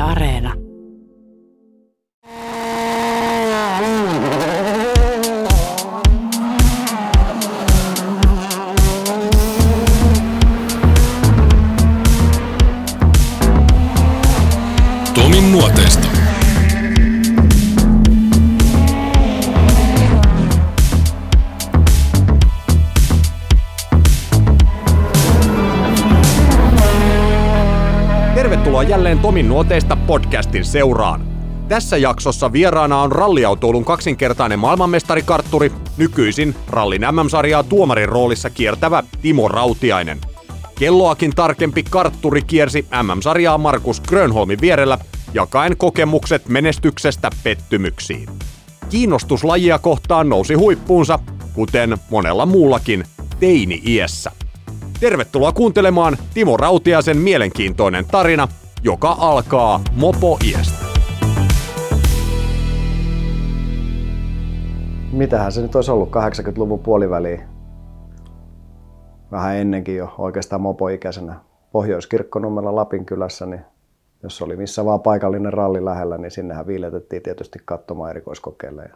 Areena. Tomin nuoteista. Tervetuloa jälleen Tomin nuoteista podcastin seuraan. Tässä jaksossa vieraana on ralliautoilun kaksinkertainen maailmanmestarikartturi, nykyisin rallin MM-sarjaa tuomarin roolissa kiertävä Timo Rautiainen. Kelloakin tarkempi kartturi kiersi MM-sarjaa Markus Grönholmin vierellä, jakaen kokemukset menestyksestä pettymyksiin. Kiinnostus lajia kohtaan nousi huippuunsa, kuten monella muullakin teini-iässä. Tervetuloa kuuntelemaan Timo Rautiaisen mielenkiintoinen tarina, joka alkaa mopo-iästä. Mitähän se nyt olisi ollut 80-luvun puoliväliin? Vähän ennenkin jo oikeastaan mopoikäisenä. Pohjois-Kirkkonummella Lapinkylässä, niin jos oli missä vaan paikallinen ralli lähellä, niin sinnehän viiletettiin tietysti katsomaan erikoiskokeille.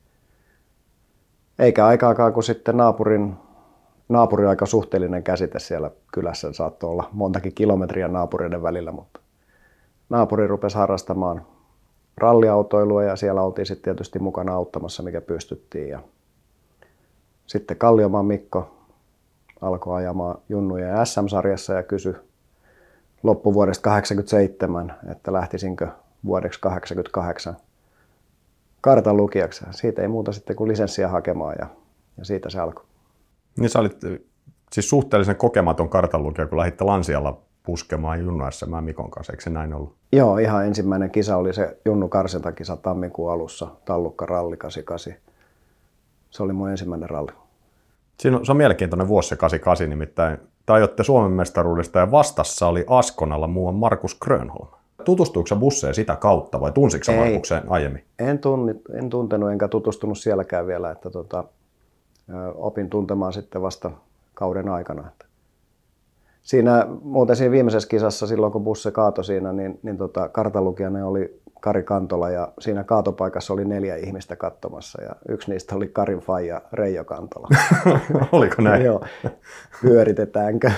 Eikä aikaakaan, kun sitten naapuri aika suhteellinen käsite siellä kylässä, saattoi olla montakin kilometriä naapureiden välillä, mutta naapuri rupesi harrastamaan ralliautoilua ja siellä oltiin sitten tietysti mukana auttamassa, mikä pystyttiin. Ja sitten Kalliomaan Mikko alkoi ajamaan junnuja SM-sarjassa ja kysyi loppuvuodesta 87, että lähtisinkö vuodeksi 88 kartanlukijaksi. Siitä ei muuta sitten kuin lisenssiä hakemaan ja siitä se alkoi. Niin sä olit siis suhteellisen kokematon kartanlukija, kun lähditte Lansialla puskemaan junnu SM Mikon kanssa, eikö se näin ollut? Joo, ihan ensimmäinen kisa oli se junnu karsintakisa tammikuun alussa, Tallukka ralli 88. Se oli mun ensimmäinen ralli. Se on mielenkiintoinen vuosi se 88, nimittäin te ajoitte Suomen mestaruudesta ja vastassa oli Askonalla muuan Markus Grönholm. Tutustuiko sä busseen sitä kautta vai tunsitko sä Markukseen aiemmin? En tuntenut enkä tutustunut sielläkään vielä, että opin tuntemaan sitten vasta kauden aikana. Siinä viimeisessä kisassa, silloin kun busse kaatoi siinä, niin kartanlukijana oli Kari Kantola ja siinä kaatopaikassa oli 4 ihmistä katsomassa ja yksi niistä oli Karin faija Reijo Kantola. Oliko näin? Joo, pyöritetäänkö?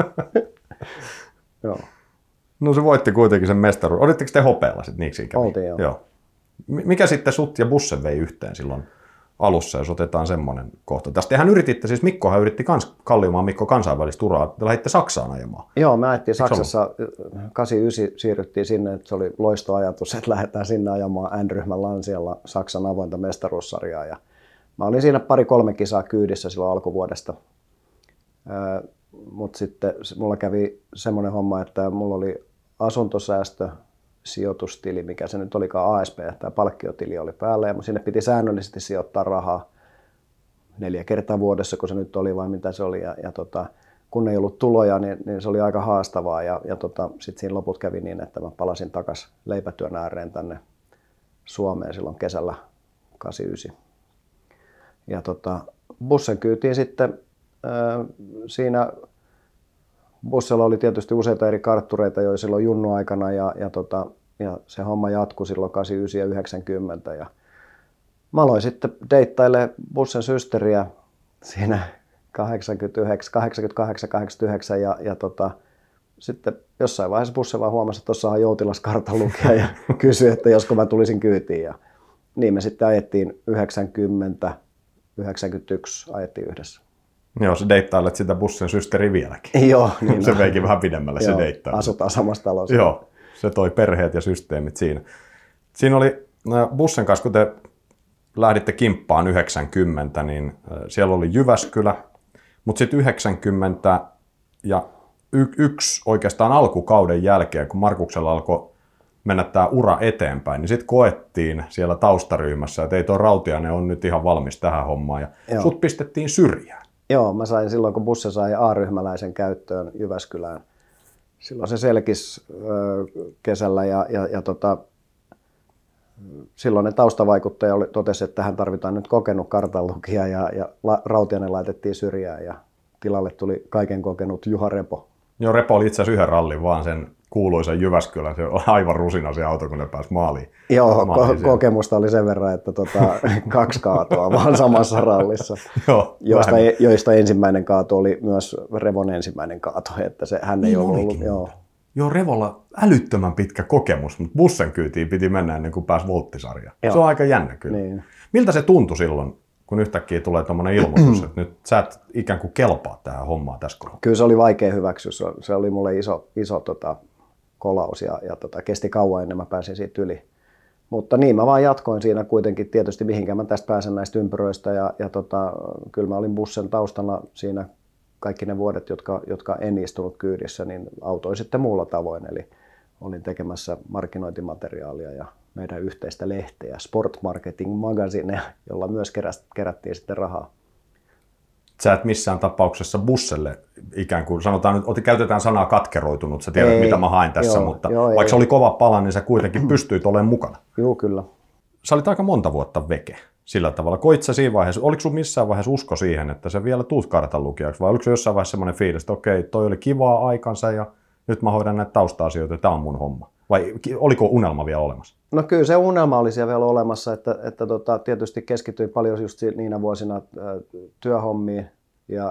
Joo. No se voitti kuitenkin sen mestaruuden. Olitteko te hopealla sitten niiksi kävi? Oltiin, joo. Mikä sitten sut ja bussen vei yhteen silloin alussa, jos otetaan semmoinen kohta? Tästähän yrititte, siis Mikkohan yritti Kalliomaan Mikko kansainvälistä uraa, te lähditte Saksaan ajamaan. Joo, me ajettiin Saksassa, 89 siirryttiin sinne, että se oli loistoajatus, että lähdetään sinne ajamaan N-ryhmän Lansialla Saksan avointa mestaruussarjaa. Ja mä olin siinä 2-3 kisaa kyydissä silloin alkuvuodesta, mutta sitten mulla kävi semmoinen homma, että mulla oli asuntosäästö, sijoitustili, mikä se nyt olikaan ASP, tämä palkkiotili oli päällä ja sinne piti säännöllisesti sijoittaa rahaa 4 kertaa vuodessa, kun se nyt oli vai mitä se oli. Kun ei ollut tuloja, niin se oli aika haastavaa ja sitten siinä loput kävi niin, että mä palasin takaisin leipätyön ääreen tänne Suomeen silloin kesällä 89. Ja bussen kyytiin sitten siinä bussilla oli tietysti useita eri karttureita jo silloin junnu-aikana ja se homma jatkui silloin 89 ja 90. Ja mä aloin sitten deittailemaan bussen systeriä siinä 88-89 ja sitten jossain vaiheessa bussi vaan huomasi, että tuossa on joutilas kartanlukija ja kysyi, että josko mä tulisin kyytiin. Ja niin me sitten ajettiin 91 ajettiin yhdessä. Joo, sä deittailet sitä bussin systeri vieläkin. Joo. Niin se veikin vähän pidemmälle se deittailu. Asutaan samassa talossa. Joo, se toi perheet ja systeemit siinä. Siinä oli bussen kanssa, kun te lähditte kimppaan 90, niin siellä oli Jyväskylä, mutta sitten 90 ja yksi oikeastaan alkukauden jälkeen, kun Markuksella alkoi mennä tämä ura eteenpäin, niin sitten koettiin siellä taustaryhmässä, että ei tuo Rautiainen on nyt ihan valmis tähän hommaan ja sut pistettiin syrjään. Joo, mä sain silloin, kun bussi sai A-ryhmäläisen käyttöön Jyväskylään. Silloin se selkisi kesällä ja silloinen taustavaikuttaja totesi, että tähän tarvitaan nyt kokenut kartanlukija ja Rautiainen laitettiin syrjään ja tilalle tuli kaiken kokenut Juha Repo. Joo, Repo oli itse asiassa yhden rallin vaan sen kuuluisan Jyväskylän, se on aivan rusina se auto, kun ne pääsi maaliin. Joo, kokemusta oli sen verran, että 2 kaatoa vaan samassa rallissa, Joo, joista ensimmäinen kaato oli myös Revon ensimmäinen kaato, että hän ei ollut. Joo, Revolla älyttömän pitkä kokemus, mutta bussen kyytiin piti mennä ennen kuin pääsi volttisarjaan. Se on aika jännä kyllä. Niin. Miltä se tuntui silloin, kun yhtäkkiä tulee tuommoinen ilmoitus, että nyt sä et ikään kuin kelpaa tähän hommaan tässä kohdassa? Kyllä se oli vaikea hyväksyä. Se oli mulle iso kolaus ja kesti kauan ennen mä pääsin siitä yli. Mutta niin, mä vaan jatkoin siinä kuitenkin tietysti, mihinkä mä tästä pääsen näistä ympyröistä. Kyllä mä olin bussen taustalla siinä kaikki ne vuodet, jotka en istunut kyydissä, niin autoin sitten muulla tavoin. Eli olin tekemässä markkinointimateriaalia ja meidän yhteistä lehteä, Sport Marketing Magazine, jolla myös kerättiin sitten rahaa. Sä et missään tapauksessa busselle ikään kuin, sanotaan nyt, käytetään sanaa katkeroitunut, sä tiedät mitä mä haen tässä, mutta vaikka se oli kova pala, niin sä kuitenkin pystyit olemaan mukana. Joo, kyllä. Sä olit aika monta vuotta veke sillä tavalla. Koit sä siinä vaiheessa, oliko sun missään vaiheessa usko siihen, että sä vielä tuut kartanlukijaksi, vai oliko se jossain vaiheessa semmoinen fiilis, että okei, toi oli kivaa aikansa ja nyt mä hoidan näitä tausta-asioita ja tää on mun homma? Vai oliko unelma vielä olemassa? No kyllä se unelma oli siellä vielä olemassa, että tietysti keskityin paljon just niinä vuosina työhommiin ja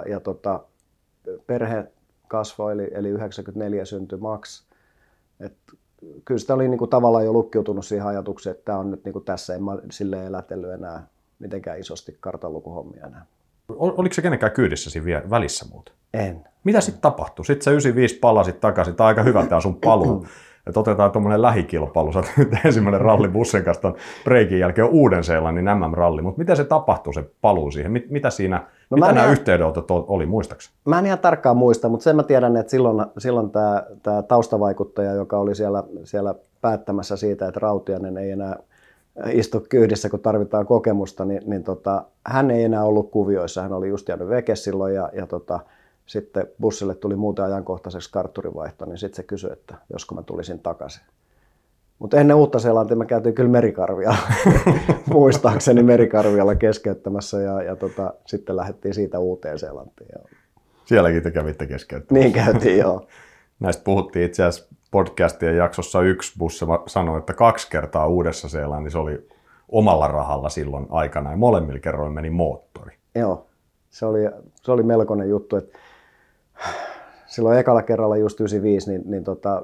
perhe kasvoi, eli 94 syntyi Max. Kyllä sitä oli niinku tavallaan jo lukkiutunut siihen ajatukseen, että tämä on nyt niinku tässä, en mä silleen elätellyt enää mitenkään isosti kartanlukuhommia enää. Oliko se kenenkään kyydissä siinä välissä muuten? En. Mitä sitten tapahtui? Sitten sä 95 palasit takaisin. Tämä on aika hyvä tämä sun paluu. Että otetaan tuommoinen lähikilpailu. Sä oot ensimmäinen ralli bussin kanssa ton breikin jälkeen Uuden-Seelannin MM-ralli. Mutta miten se tapahtui se paluu siihen? Mitä siinä, mitä nämä yhteydenotot oli, muistaakseni? Mä en ihan tarkkaan muista, mutta sen mä tiedän, että silloin tämä taustavaikuttaja, joka oli siellä päättämässä siitä, että Rautiainen ei enää istu kyydissä, kun tarvitaan kokemusta, niin hän ei enää ollut kuvioissa. Hän oli just jäänyt veke silloin ja sitten bussille tuli muuten ajankohtaiseksi kartturivaihto, niin sitten se kysyi, että josko mä tulisin takaisin. Mutta ennen Uutta-Seelantia mä käytiin kyllä Merikarvialla, muistaakseni Merikarvialla keskeyttämässä ja sitten lähdettiin siitä Uuteen-Seelantiin. Sielläkin te kävitte keskeyttämässä. Niin käytiin, joo. Näistä puhuttiin itse asiassa podcastien jaksossa 1. Busse sanoi, että 2 kertaa Uudessa-Seelannissa oli omalla rahalla silloin aikana ja molemmilla kerroin meni moottori. Joo, se oli melkoinen juttu, että silloin ekalla kerralla just 95, niin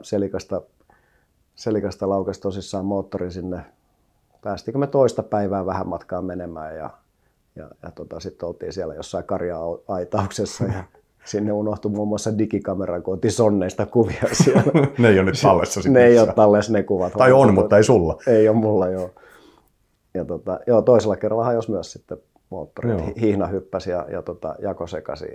Selikasta laukesi tosissaan moottori sinne. Päästikö me toista päivää vähän matkaa menemään ja sitten oltiin siellä jossain karja-aitauksessa ja sinne unohtui muun muassa digikamera, kun otin sonneista kuvia siellä. Ne ei ole nyt tallessa sitten. Ne ei ole tallessa ne kuvat. Tai on, mutta ei sulla. Ei ole mulla, joo. Ja toisella kerralla hajosi myös sitten moottori. Hihna hyppäsi ja jako sekaisin.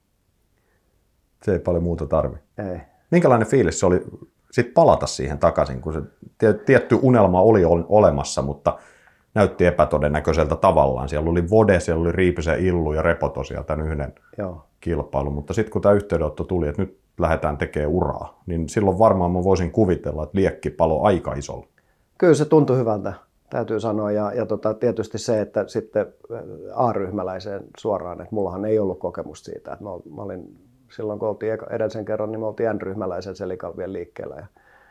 Se ei paljon muuta tarvi. Ei. Minkälainen fiilis se oli sitten palata siihen takaisin, kun se tietty unelma oli olemassa, mutta näytti epätodennäköiseltä tavallaan. Siellä oli Vode, siellä oli Riipisen Illu ja Repo tosiaan tämän yhden kilpailun. Mutta sitten kun tämä yhteydenotto tuli, että nyt lähdetään tekemään uraa, niin silloin varmaan mä voisin kuvitella, että liekki palo aika isolla. Kyllä se tuntui hyvältä, täytyy sanoa. Ja tietysti se, että sitten A-ryhmäläiseen suoraan, että mullahan ei ollut kokemusta siitä. Että mä olin, silloin kun oltiin edellisen kerran, niin me oltiin N-ryhmäläisen Selikalvien liikkeellä.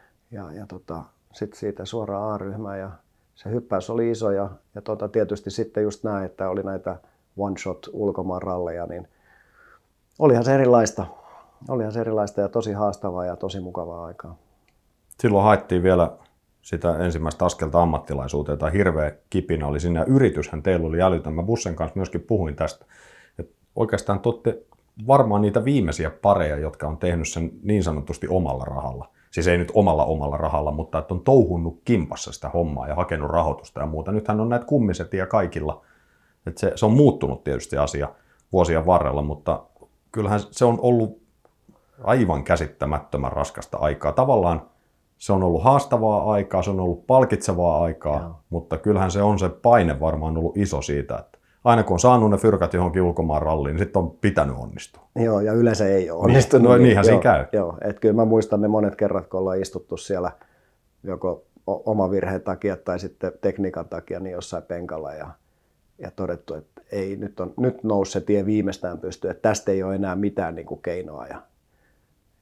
Sitten siitä suoraan A-ryhmään ja se hyppäys oli iso ja tietysti sitten just näin, että oli näitä one-shot ulkomaanralleja, niin olihan se erilaista ja tosi haastavaa ja tosi mukavaa aikaa. Silloin haettiin vielä sitä ensimmäistä askelta ammattilaisuuteen, tai hirveä kipinä oli siinä, ja yrityshän teillä oli älytön. Mä Bussen kanssa myöskin puhuin tästä, että oikeastaan te olette varmaan niitä viimeisiä pareja, jotka on tehnyt sen niin sanotusti omalla rahalla. Siis ei nyt omalla rahalla, mutta että on touhunnut kimpassa sitä hommaa ja hakenut rahoitusta ja muuta. Nythän on näitä kummisetia kaikilla. Että se on muuttunut tietysti asia vuosien varrella, mutta kyllähän se on ollut aivan käsittämättömän raskasta aikaa. Tavallaan se on ollut haastavaa aikaa, se on ollut palkitsevaa aikaa, mutta kyllähän se on se paine varmaan ollut iso siitä, että aina kun on saanut ne fyrkat johonkin ulkomaan ralliin, niin sitten on pitänyt onnistua. Joo, ja yleensä ei ole onnistunut. Niinhän siinä käy. Joo, että kyllä mä muistan ne monet kerrat, kun ollaan istuttu siellä joko oma virheen takia tai sitten tekniikan takia niin jossain penkalla ja todettu, että ei, nyt nousi se tie viimeistään pystyy, että tästä ei ole enää mitään niin kuin keinoa. Ja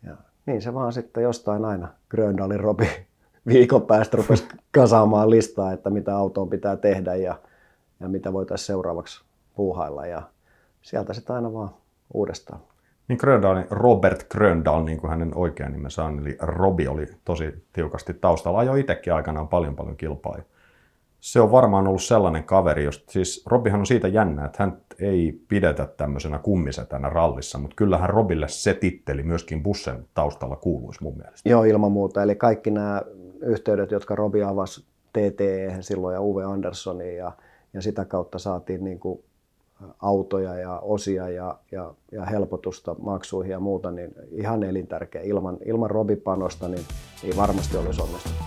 niin se vaan sitten jostain aina Gröndalin Robi viikon päästä rupesi kasaamaan listaa, että mitä autoon pitää tehdä ja mitä voitaisiin seuraavaksi puuhailla. Ja sieltä sitten aina vaan uudestaan. Niin Robert Gröndal, niin kuin hänen oikea nimensä on, eli Robi oli tosi tiukasti taustalla. Ajoi itsekin aikanaan paljon kilpaa. Se on varmaan ollut sellainen kaveri, siis Robihan on siitä jännä, että hän ei pidetä tämmöisenä kummisetänä rallissa, mutta kyllähän Robille se titteli myöskin Bussen taustalla kuuluisi mun mielestä. Joo, ilman muuta. Eli kaikki nämä yhteydet, jotka Robi avasi TT:hen silloin ja Uwe Anderssoniin ja sitä kautta saatiin niin kuin autoja ja osia ja helpotusta maksuihin ja muuta, niin ihan elintärkeä. Ilman Robi-panosta niin ei varmasti olisi onnistunut.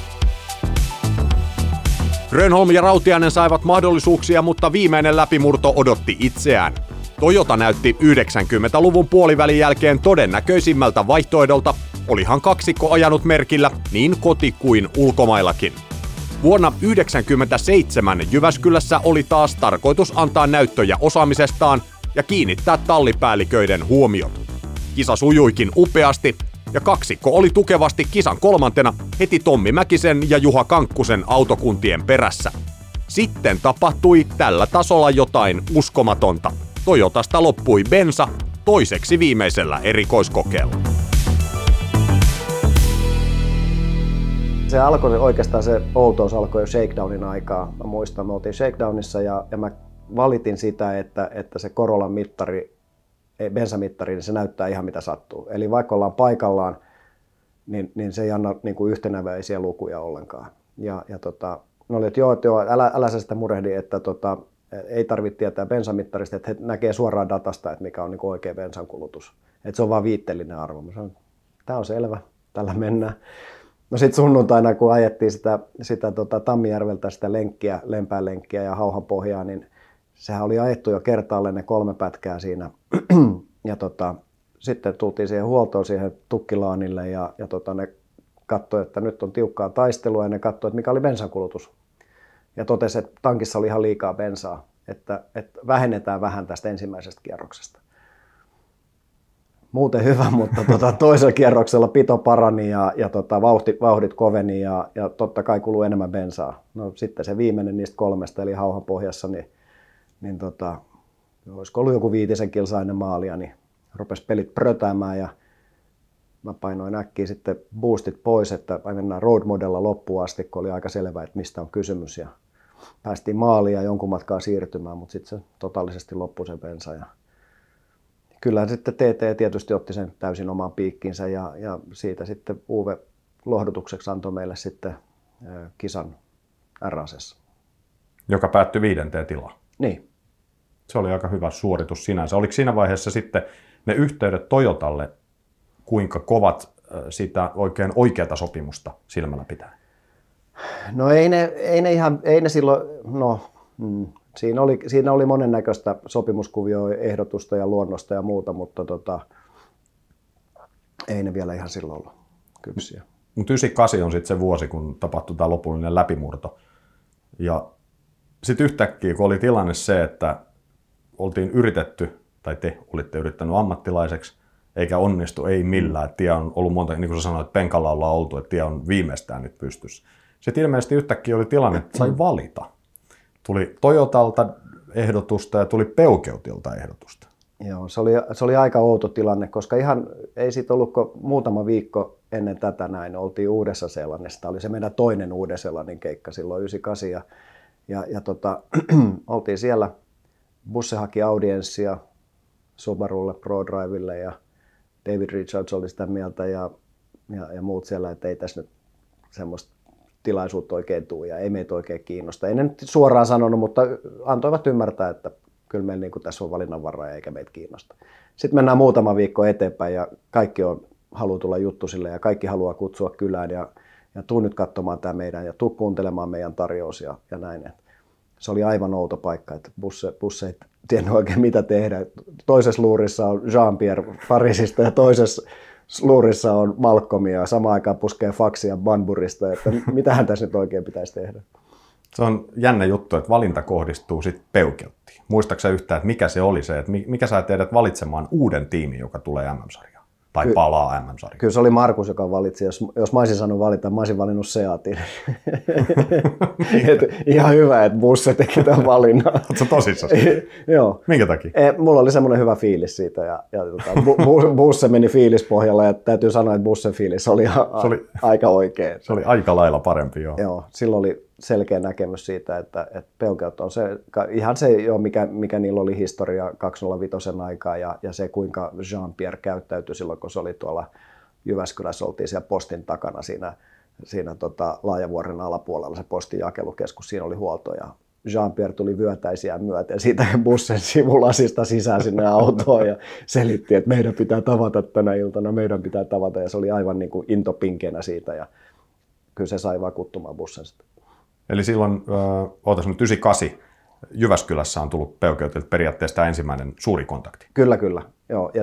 Grönholm ja Rautiainen saivat mahdollisuuksia, mutta viimeinen läpimurto odotti itseään. Toyota näytti 90-luvun puolivälin jälkeen todennäköisimmältä vaihtoehdolta, olihan kaksikko ajanut merkillä niin koti- kuin ulkomaillakin. Vuonna 1997 Jyväskylässä oli taas tarkoitus antaa näyttöjä osaamisestaan ja kiinnittää tallipäälliköiden huomiot. Kisa sujuikin upeasti ja kaksikko oli tukevasti kisan kolmantena heti Tommi Mäkisen ja Juha Kankkusen autokuntien perässä. Sitten tapahtui tällä tasolla jotain uskomatonta. Toyotasta loppui bensa toiseksi viimeisellä erikoiskokeella. Se alkoi oikeastaan, se outous alkoi jo shakedownin aikaa. Mä muistan, me oltiin shakedownissa ja mä valitin sitä, että se Corollan mittari, bensamittari, niin se näyttää ihan mitä sattuu. Eli vaikka ollaan paikallaan, niin se ei anna niin kuin yhtenäväisiä lukuja ollenkaan. Ne oli, että joo, älä sä sitä murehdi, että ei tarvitse tietää bensamittarista, että he näkee suoraan datasta, että mikä on niin kuin oikea bensankulutus. Että se on vaan viitteellinen arvo. Mä sanoin, tää on selvä, tällä mennään. No sitten sunnuntaina, kun ajettiin sitä Tammijärveltä sitä lenkkiä, Lempäänlenkkiä ja Hauhanpohjaa, niin sehän oli ajettu jo kertaalleen ne 3 pätkää siinä. Ja sitten tultiin siihen huoltoon siihen Tukkilaanille ja ne katsoi, että nyt on tiukkaa taistelua ja ne katsoi, että mikä oli bensankulutus. Ja totesi, että tankissa oli ihan liikaa bensaa, että vähennetään vähän tästä ensimmäisestä kierroksesta. Muuten hyvä, mutta toisella kierroksella pito parani ja vauhdit koveni ja totta kai kuluu enemmän bensaa. No sitten se viimeinen niistä 3, eli Hauhanpohjassa, niin olisiko ollut joku 5 kilsaa ennen maalia, niin rupesi pelit prötäämään ja mä painoin äkkiä sitten boostit pois, että mennään road modella loppuun asti, kun oli aika selvää, että mistä on kysymys. Ja päästiin maaliin ja jonkun matkaa siirtymään, mutta sitten se totaalisesti loppui se bensa. Ja kyllä sitten TT tietysti otti sen täysin omaan piikkinsä ja siitä sitten Uwe lohdutukseksi antoi meille sitten kisan RAC:ssa. Joka päättyi 5. tilaan. Niin. Se oli aika hyvä suoritus sinänsä. Oliko siinä vaiheessa sitten ne yhteydet Toyotalle kuinka kovat sitä oikeata sopimusta silmällä pitää? No ei ne silloin, siinä oli monennäköistä sopimuskuvioa, ehdotusta ja luonnosta ja muuta, mutta ei ne vielä ihan silloin ollut kypsiä. Mutta 98 on sitten se vuosi, kun tapahtui tämä lopullinen läpimurto. Ja sitten yhtäkkiä, kun oli tilanne se, että oltiin yritetty, tai te olitte yrittänyt ammattilaiseksi, eikä onnistu, ei millään. Tie on ollut monta, niin kuin sä sanoit, penkalla ollaan oltu, että tie on viimeistään nyt pystyssä. Sitten ilmeisesti yhtäkkiä oli tilanne, että sai valita. Tuli Toyotalta ehdotusta ja tuli Peukeutilta ehdotusta. Joo, se oli aika outo tilanne, koska ihan ei siitä ollut muutama viikko ennen tätä näin. Oltiin Uudessa-Seelannissa. Tämä oli se meidän toinen Uuden-Seelannin keikka silloin 98. Oltiin siellä. Busse haki audienssia Subarulle, ProDrivelle ja David Richards oli sitä mieltä ja muut siellä, että ei tässä nyt semmoista tilaisuutta oikein tule ja ei meitä oikein kiinnosta. Ei ne nyt suoraan sanonut, mutta antoivat ymmärtää, että kyllä meillä niin kuin tässä on valinnanvaraa eikä meitä kiinnosta. Sitten mennään muutama viikko eteenpäin ja kaikki haluaa tulla juttusille ja kaikki haluaa kutsua kylään ja tuu nyt katsomaan tämä meidän ja tuu kuuntelemaan meidän tarjous ja näin. Se oli aivan outo paikka, että Busse ei tiennyt oikein mitä tehdä. Toisessa luurissa on Jean-Pierre Parisista ja toisessa luurissa on Malcolmia ja samaan aikaan puskee faksia Banburista, että mitähän tässä nyt oikein pitäisi tehdä. Se on jännä juttu, että valinta kohdistuu sitten Peugeotiin. Muistaaksä yhtään, että mikä se oli se, että mikä sai teidät valitsemaan uuden tiimin, joka tulee MM-sarjaan? tai palaa MM-sarjaan? Kyllä se oli Markus, joka valitsi. Jos mä olisin saanut valita, mä olisin valinnut Seatin. Ihan hyvä, että Busse teki tämän valinnan. Oletko tosissaan? Joo. Minkä takia? Mulla oli semmoinen hyvä fiilis siitä ja Busse meni fiilispohjalla ja täytyy sanoa, että Bussen fiilis oli aika oikein. Se oli aika lailla parempi, joo. Joo, silloin oli selkeä näkemys siitä, että Peugeot on se, ihan se jo, mikä niillä oli historia 205 aikaa ja se, kuinka Jean-Pierre käyttäytyi silloin, kun se oli tuolla Jyväskylässä, oltiin siellä postin takana siinä Laajavuoren alapuolella, se postin jakelukeskus, siinä oli huolto ja Jean-Pierre tuli vyötäisiään myöten siitä Bussen sivulasista sisään sinne autoon ja selitti, että meidän pitää tavata tänä iltana, meidän pitää tavata ja se oli aivan niin kuin intopinkenä siitä ja kyllä se sai vakuuttumaan Bussen sitten. Eli silloin, ootas nyt 98, Jyväskylässä on tullut Peugeotilta periaatteessa tämä ensimmäinen suuri kontakti. Kyllä. Joo,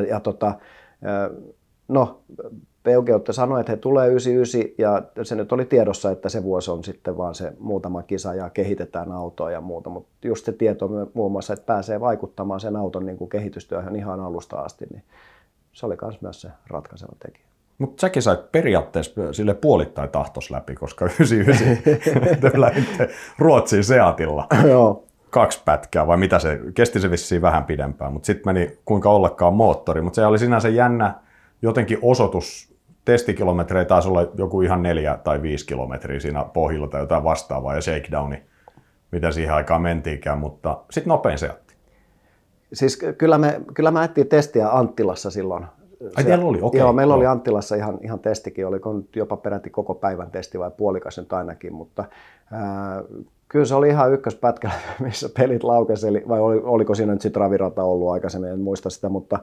Peugeot sanoi, että he tulee 99 ja se nyt oli tiedossa, että se vuosi on sitten vaan se muutama kisa ja kehitetään autoa ja muuta, mutta just se tieto muun muassa, että pääsee vaikuttamaan sen auton niin kuin kehitystyöhön ihan alusta asti, niin se oli myös se ratkaiseva tekijä. Mutta säkin sait periaatteessa sille puolittain tahtos läpi, koska 99 te lähditte Ruotsiin Seatilla. Joo. 2 pätkää, vai mitä se, kesti se vissiin vähän pidempään, mutta sitten meni kuinka ollakaan moottori, mutta se oli sinänsä jännä jotenkin osoitus, testikilometrejä taisi olla joku ihan 4 tai 5 kilometriä siinä pohjilla tai jotain vastaavaa ja shakedowni, mitä siihen aikaan mentiinkään, mutta sitten nopein Seatti. Siis kyllä me ajettiin testiä Anttilassa silloin. Ai teillä oli? Okei. Joo, meillä oli Anttilassa ihan testikin, oliko nyt jopa peräti koko päivän testi vai puolikas nyt ainakin, mutta kyllä se oli ihan ykköspätkä, missä pelit laukesi, vai oliko siinä nyt sitten ravirata ollut aikaisemmin, en muista sitä, mutta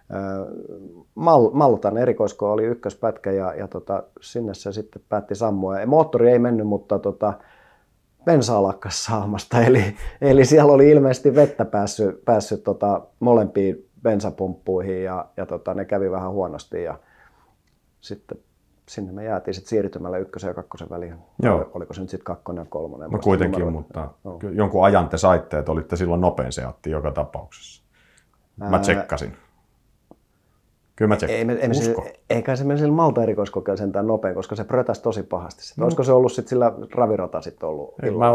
Maltan erikoisko oli ykköspätkä ja sinne se sitten päätti sammua. Ja moottori ei mennyt, mutta bensaa lakkas saamasta, eli siellä oli ilmeisesti vettä päässyt molempiin bensapumppuihin ja ne kävi vähän huonosti ja sitten sinne me jäätiin sitten siirtymällä 1 ja 2 väliin. Joo. Oliko se nyt sitten 2 ja 3? No kuitenkin, mutta jonkun ajan te saitte, että olitte silloin nopein Seatti joka tapauksessa. Mä tsekkasin. Kyllä mä tsekkasin. Eikä se meni sillä Malta erikoiskokeella sentään nopein, koska se prötäsi tosi pahasti. Olisiko se ollut sitten sillä ravirata sitten ollut?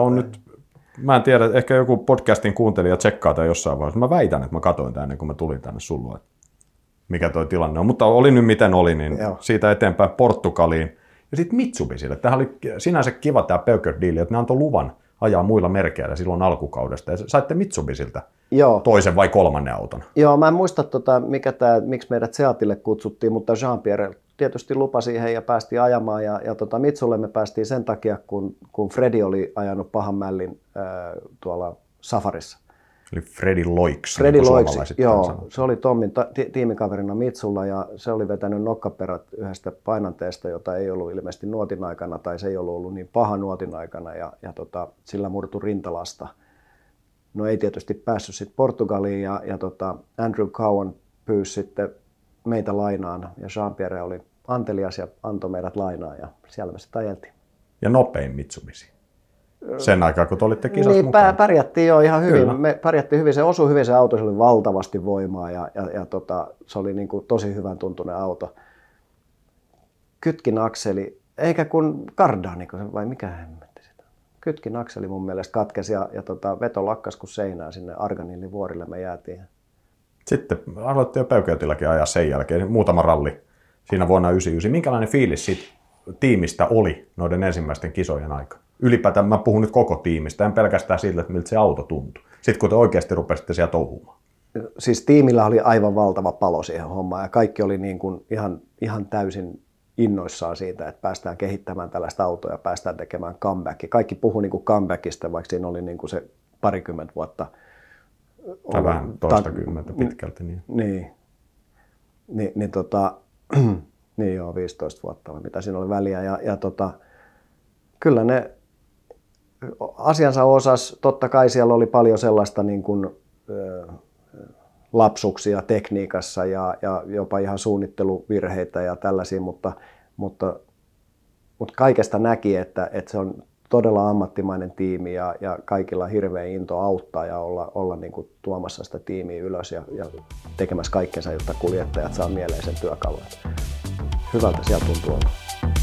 Mä en tiedä, ehkä joku podcastin kuuntelija tsekkaa tai jossain vaiheessa. Mä väitän, että mä katsoin tänne, kun mä tulin tänne sulle, mikä toi tilanne on. Mutta oli nyt miten oli, niin siitä eteenpäin Portugaliin ja sitten Mitsubisille. Tämähän oli sinänsä kiva tämä Peugeot-diili, että ne antoi luvan ajaa muilla merkeillä silloin alkukaudesta. Ja saitte Mitsubisiltä toisen vai 3. auton. Joo, mä en muista, miksi meidät Seatille kutsuttiin, mutta Jean-Pierre tietysti lupa siihen ja päästiin ajamaan. Ja Mitsulle me päästiin sen takia, kun Fredi oli ajanut pahan mällin tuolla Safarissa. Eli Fredi Loix. Joo, se oli Tommin tiimikaverina Mitsulla ja se oli vetänyt nokkaperät yhdestä painanteesta, jota ei ollut ilmeisesti nuotin aikana tai se ei ollut niin paha nuotin aikana ja sillä murtui rintalasta. No ei tietysti päässyt sitten Portugaliin ja Andrew Cowan pyysi sitten meitä lainaan ja Jean-Pierre oli antelias ja antoi meidät lainaan ja siellä me sitten ajeltiin. Ja nopein Mitsubishi. Sen aikaa, kun te olitte kisassa mukana. Pärjättiin jo ihan hyvin. Kyllä. Me pärjättiin hyvin, se osui hyvin se auto, se oli valtavasti voimaa ja se oli niin kuin tosi hyvän tuntunen auto. Kytkin akseli, eikä kun Cardani, vai mikä hemmetti sitä. Kytkin akseli mun mielestä katkesi ja veto lakkas kuin seinään sinne Arganillin vuorille me jäätiin. Sitten aloitte jo Peugeotillakin ajaa sen jälkeen, muutama ralli siinä vuonna 1999. Minkälainen fiilis siitä tiimistä oli noiden ensimmäisten kisojen aikana? Ylipäätään mä puhun nyt koko tiimistä, en pelkästään siitä, että miltä se auto tuntui. Sitten kun te oikeasti rupesitte siellä touhumaan. Siis tiimillä oli aivan valtava palo siihen hommaan ja kaikki oli niin kuin ihan täysin innoissaan siitä, että päästään kehittämään tällaista autoa ja päästään tekemään comebackia. Kaikki puhui niin kuin comebackista, vaikka siinä oli niin kuin se 20 vuotta. Tai vähän toistakymmentä pitkälti. Niin, niin joo, 15 vuotta vai mitä siinä oli väliä. Ja kyllä ne asiansa osas, totta kai siellä oli paljon sellaista niin kuin, lapsuksia tekniikassa ja jopa ihan suunnitteluvirheitä ja tällaisia, mutta kaikesta näki, että se on todella ammattimainen tiimi ja kaikilla hirveä into auttaa ja olla niin kuin tuomassa sitä tiimiä ylös ja tekemässä kaikkensa, jotta kuljettajat saa mieleisen työkalun. Hyvältä sieltä tuntuu olla.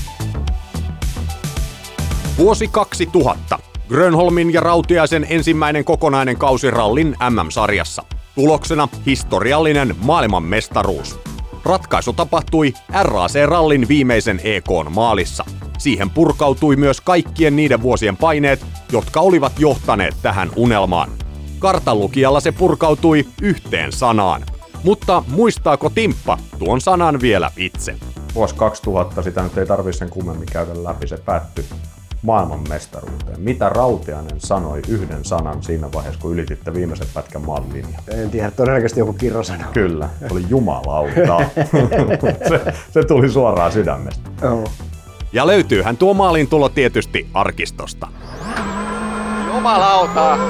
Vuosi 2000. Grönholmin ja Rautiaisen ensimmäinen kokonainen kausi rallin MM-sarjassa. Tuloksena historiallinen maailmanmestaruus. Ratkaisu tapahtui RAC-rallin viimeisen EK:n maalissa. Siihen purkautui myös kaikkien niiden vuosien paineet, jotka olivat johtaneet tähän unelmaan. Kartanlukijalla se purkautui yhteen sanaan. Mutta muistaako Timppa tuon sanan vielä itse? Vuosi 2000, sitä nyt ei tarvitse sen kummemmin käydä läpi, se päättyi maailmanmestaruuteen. Mitä Rautiainen sanoi yhden sanan siinä vaiheessa, kun ylititte viimeisen pätkän maalilinjan? En tiedä, todennäköisesti joku kirosana. Kyllä, oli jumalauta. se tuli suoraan sydämestä. Oh. Ja löytyyhän tuo maalintulo tietysti arkistosta. Jumalauta!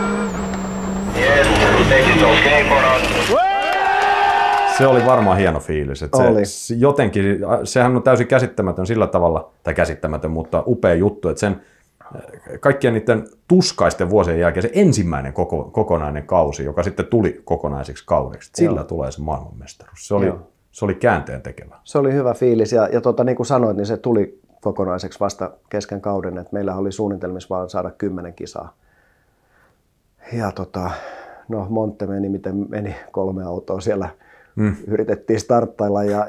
Se oli varmaan hieno fiilis. Että se jotenkin, sehän on täysin käsittämätön sillä tavalla, tai käsittämätön, mutta upea juttu, että sen kaikkien niiden tuskaisten vuosien jälkeen se ensimmäinen kokonainen kausi, joka sitten tuli kokonaiseksi kaudeksi, sillä tulee se maailmanmestaruus. Se oli käänteen tekevä. Se oli hyvä fiilis ja niin kuin sanoit, niin se tuli kokonaiseksi vasta kesken kauden, että meillä oli suunnitelmissa vaan saada 10 kisaa. Ja Montte meni miten meni, 3 autoa siellä yritettiin starttailla ja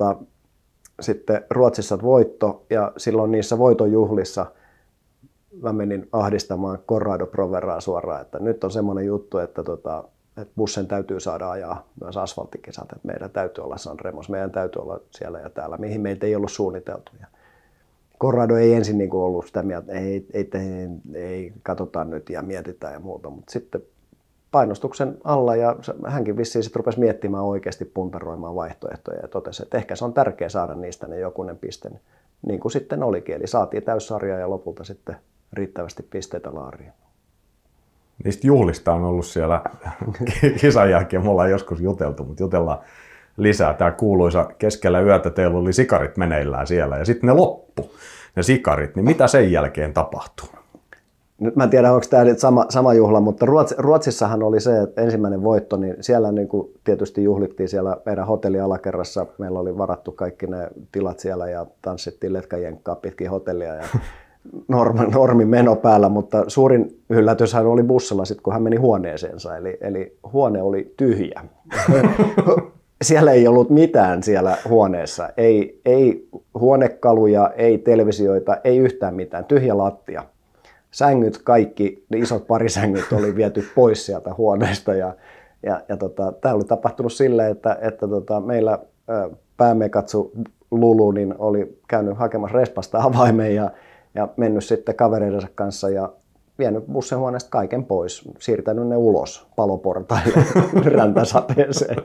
sitten Ruotsissa voitto ja silloin niissä voitonjuhlissa mä menin ahdistamaan Corrado Proveraa suoraan, että nyt on semmoinen juttu, että bussen täytyy saada ajaa myös asfalttikisat, että meidän täytyy olla Sanremos, meidän täytyy olla siellä ja täällä, mihin meitä ei ollut suunniteltu. Ja Corrado ei ensin niin kuin ollut sitä mieltä, että ei katsotaan nyt ja mietitään ja muuta, mutta sitten painostuksen alla ja hänkin vissiin sitten rupesi miettimään oikeasti puntaroimaan vaihtoehtoja ja totesi, että ehkä se on tärkeää saada niistä ne jokunen piste, niin kuin sitten olikin. Eli saatiin täyssarjaa ja lopulta sitten riittävästi pisteitä laariin. Niistä juhlista on ollut siellä kisan jälkeen, me ollaan joskus juteltu, mutta jutellaan lisää. Tämä kuuluisa keskellä yötä teillä oli sikarit meneillään siellä ja sitten ne loppu, ne sikarit, niin mitä sen jälkeen tapahtuu? Nyt mä en tiedä, onko tämä nyt sama juhla, mutta Ruotsissahan oli se, että ensimmäinen voitto, niin siellä niin kuin tietysti juhlittiin siellä meidän hotellin alakerrassa. Meillä oli varattu kaikki ne tilat siellä ja tanssittiin letkajenkkaa pitkin hotellia ja normi meno päällä, mutta suurin yllätyshän oli bussilla sitten, kun hän meni huoneeseensa, eli huone oli tyhjä. Siellä ei ollut mitään siellä huoneessa, ei huonekaluja, ei televisioita, ei yhtään mitään, tyhjä lattia. Sängyt, kaikki ne isot parisängyt oli viety pois sieltä huoneesta ja tämä oli tapahtunut silleen, että meillä päämekatsu Lulu niin oli käynyt hakemassa respasta avaimen ja mennyt sitten kavereidensa kanssa ja vienyt bussin huoneesta kaiken pois, siirtänyt ne ulos paloportaille räntäsateeseen.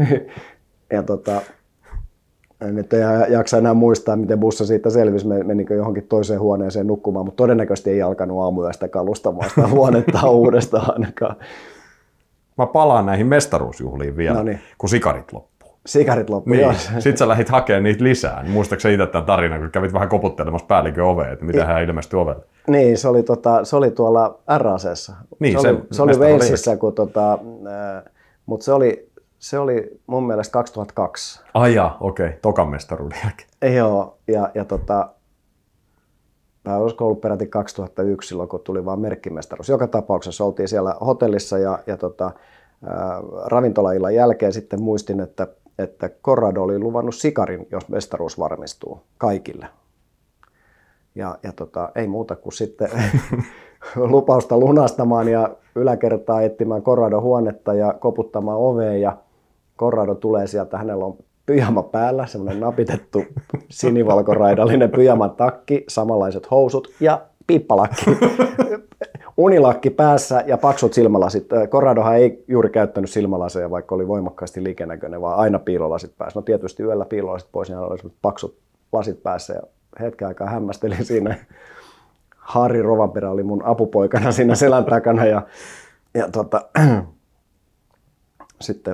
Ja nyt ei jaksa enää muistaa, miten bussa siitä selvisi, menikö johonkin toiseen huoneeseen nukkumaan, mutta todennäköisesti ei alkanut aamuyöstä kalustamaan sitä huonetta uudestaan ainakaan. Mä palaan näihin mestaruusjuhliin vielä, kun sikarit loppuu. Sikarit loppuu, niin. Sitten sä lähdit hakemaan niitä lisää. Muistaaksä itse tämän tarinan, kun kävit vähän koputtelemassa päällikön oveen, että miten hän ilmestyi ovelle? Niin, se oli tuolla RAC:ssa. Niin, se oli Walesissa, mutta se oli mun mielestä 2002. Okei, tokan mestaruuden jälkeen. Joo, tämä olisiko ollut peräti 2001 silloin, kun tuli vaan merkkimestaruus. Joka tapauksessa oltiin siellä hotellissa ja ravintolaillan jälkeen sitten muistin, että Corrado oli luvannut sikarin, jos mestaruus varmistuu kaikille. Ja ei muuta kuin sitten lupausta lunastamaan ja yläkertaa etsimään Corrado huonetta ja koputtamaan oveen ja Corrado tulee sieltä, hänellä on pyjama päällä, semmoinen napitettu sinivalkoraidallinen pyjaman takki, samanlaiset housut ja piippalakki, unilakki päässä ja paksut silmälasit. Corradohan ei juuri käyttänyt silmälaseja, vaikka oli voimakkaasti liikenäköinen, vaan aina piilolasit päässä. No tietysti yöllä piilolasit pois, niin oli paksut lasit päässä ja hetken aikaa hämmästelin siinä. Harri Rovanperä oli mun apupoikana siinä selän takana ja sitten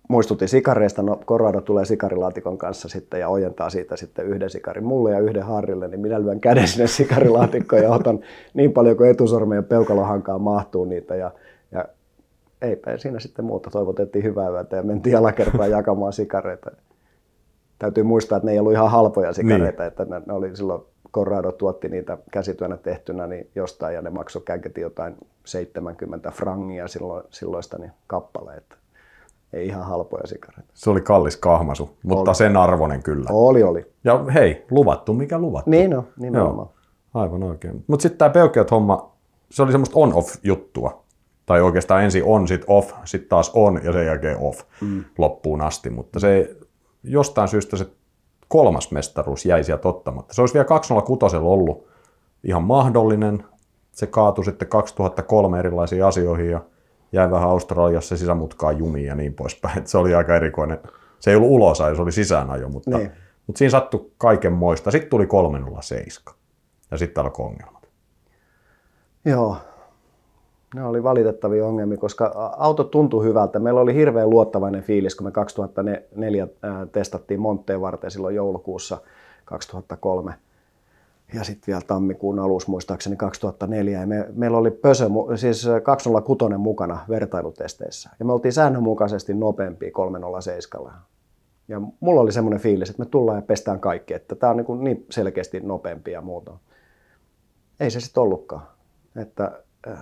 muistutti sikareista, no Corrado tulee sikarilaatikon kanssa sitten ja ojentaa siitä sitten yhden sikarin mulle ja yhden Harrille, niin minä lyön käden sinne sikarilaatikkoon ja otan niin paljon kuin etusormen ja peukalohankaan mahtuu niitä ja eipä siinä sitten muuta, toivotettiin hyvää yötä ja mentiin alakertaan jakamaan sikareita. Täytyy muistaa, että ne ei ollut ihan halpoja sikareita, että ne oli silloin, Corrado tuotti niitä käsityönä tehtynä niin jostain ja ne maksoi käytettiin jotain 70 frangia silloista niin kappaleita. Ei ihan halpoja sikareita. Se oli kallis kahmasu, mutta sen arvoinen kyllä. Oli. Ja hei, luvattu mikä luvattu. Niin on, nimenomaan. Aivan oikein. Mutta sitten tämä Peugeot-homma, se oli semmoista on-off-juttua. Tai oikeastaan ensin on, sitten off, sitten taas on ja sen jälkeen off loppuun asti. Mutta se jostain syystä se 3. mestaruus jäi sieltä ottamatta. Se olisi vielä 206 ollut ihan mahdollinen. Se kaatui sitten 2003 erilaisiin asioihin ja jäi vähän Australiassa sisämutkaan jumiin ja niin poispäin. Et se oli aika erikoinen. Se ei ollut ulosajo, se oli sisäänajo, mutta siinä sattui kaikenmoista. Sitten tuli 307 ja sitten alkoi ongelmat. Joo, ne oli valitettavia ongelmia, koska auto tuntui hyvältä. Meillä oli hirveän luottavainen fiilis, kun me 2004 testattiin Monteen varten silloin joulukuussa 2003. Ja sitten vielä tammikuun alussa muistaakseni 2004. Ja meillä oli siis 206 mukana vertailutesteissä. Ja me oltiin säännönmukaisesti nopeampia 307. Ja mulla oli semmoinen fiilis, että me tullaan ja pestään kaikki. Että tää on niin selkeästi nopeampi ja muuta. Ei se sitten ollutkaan. Että,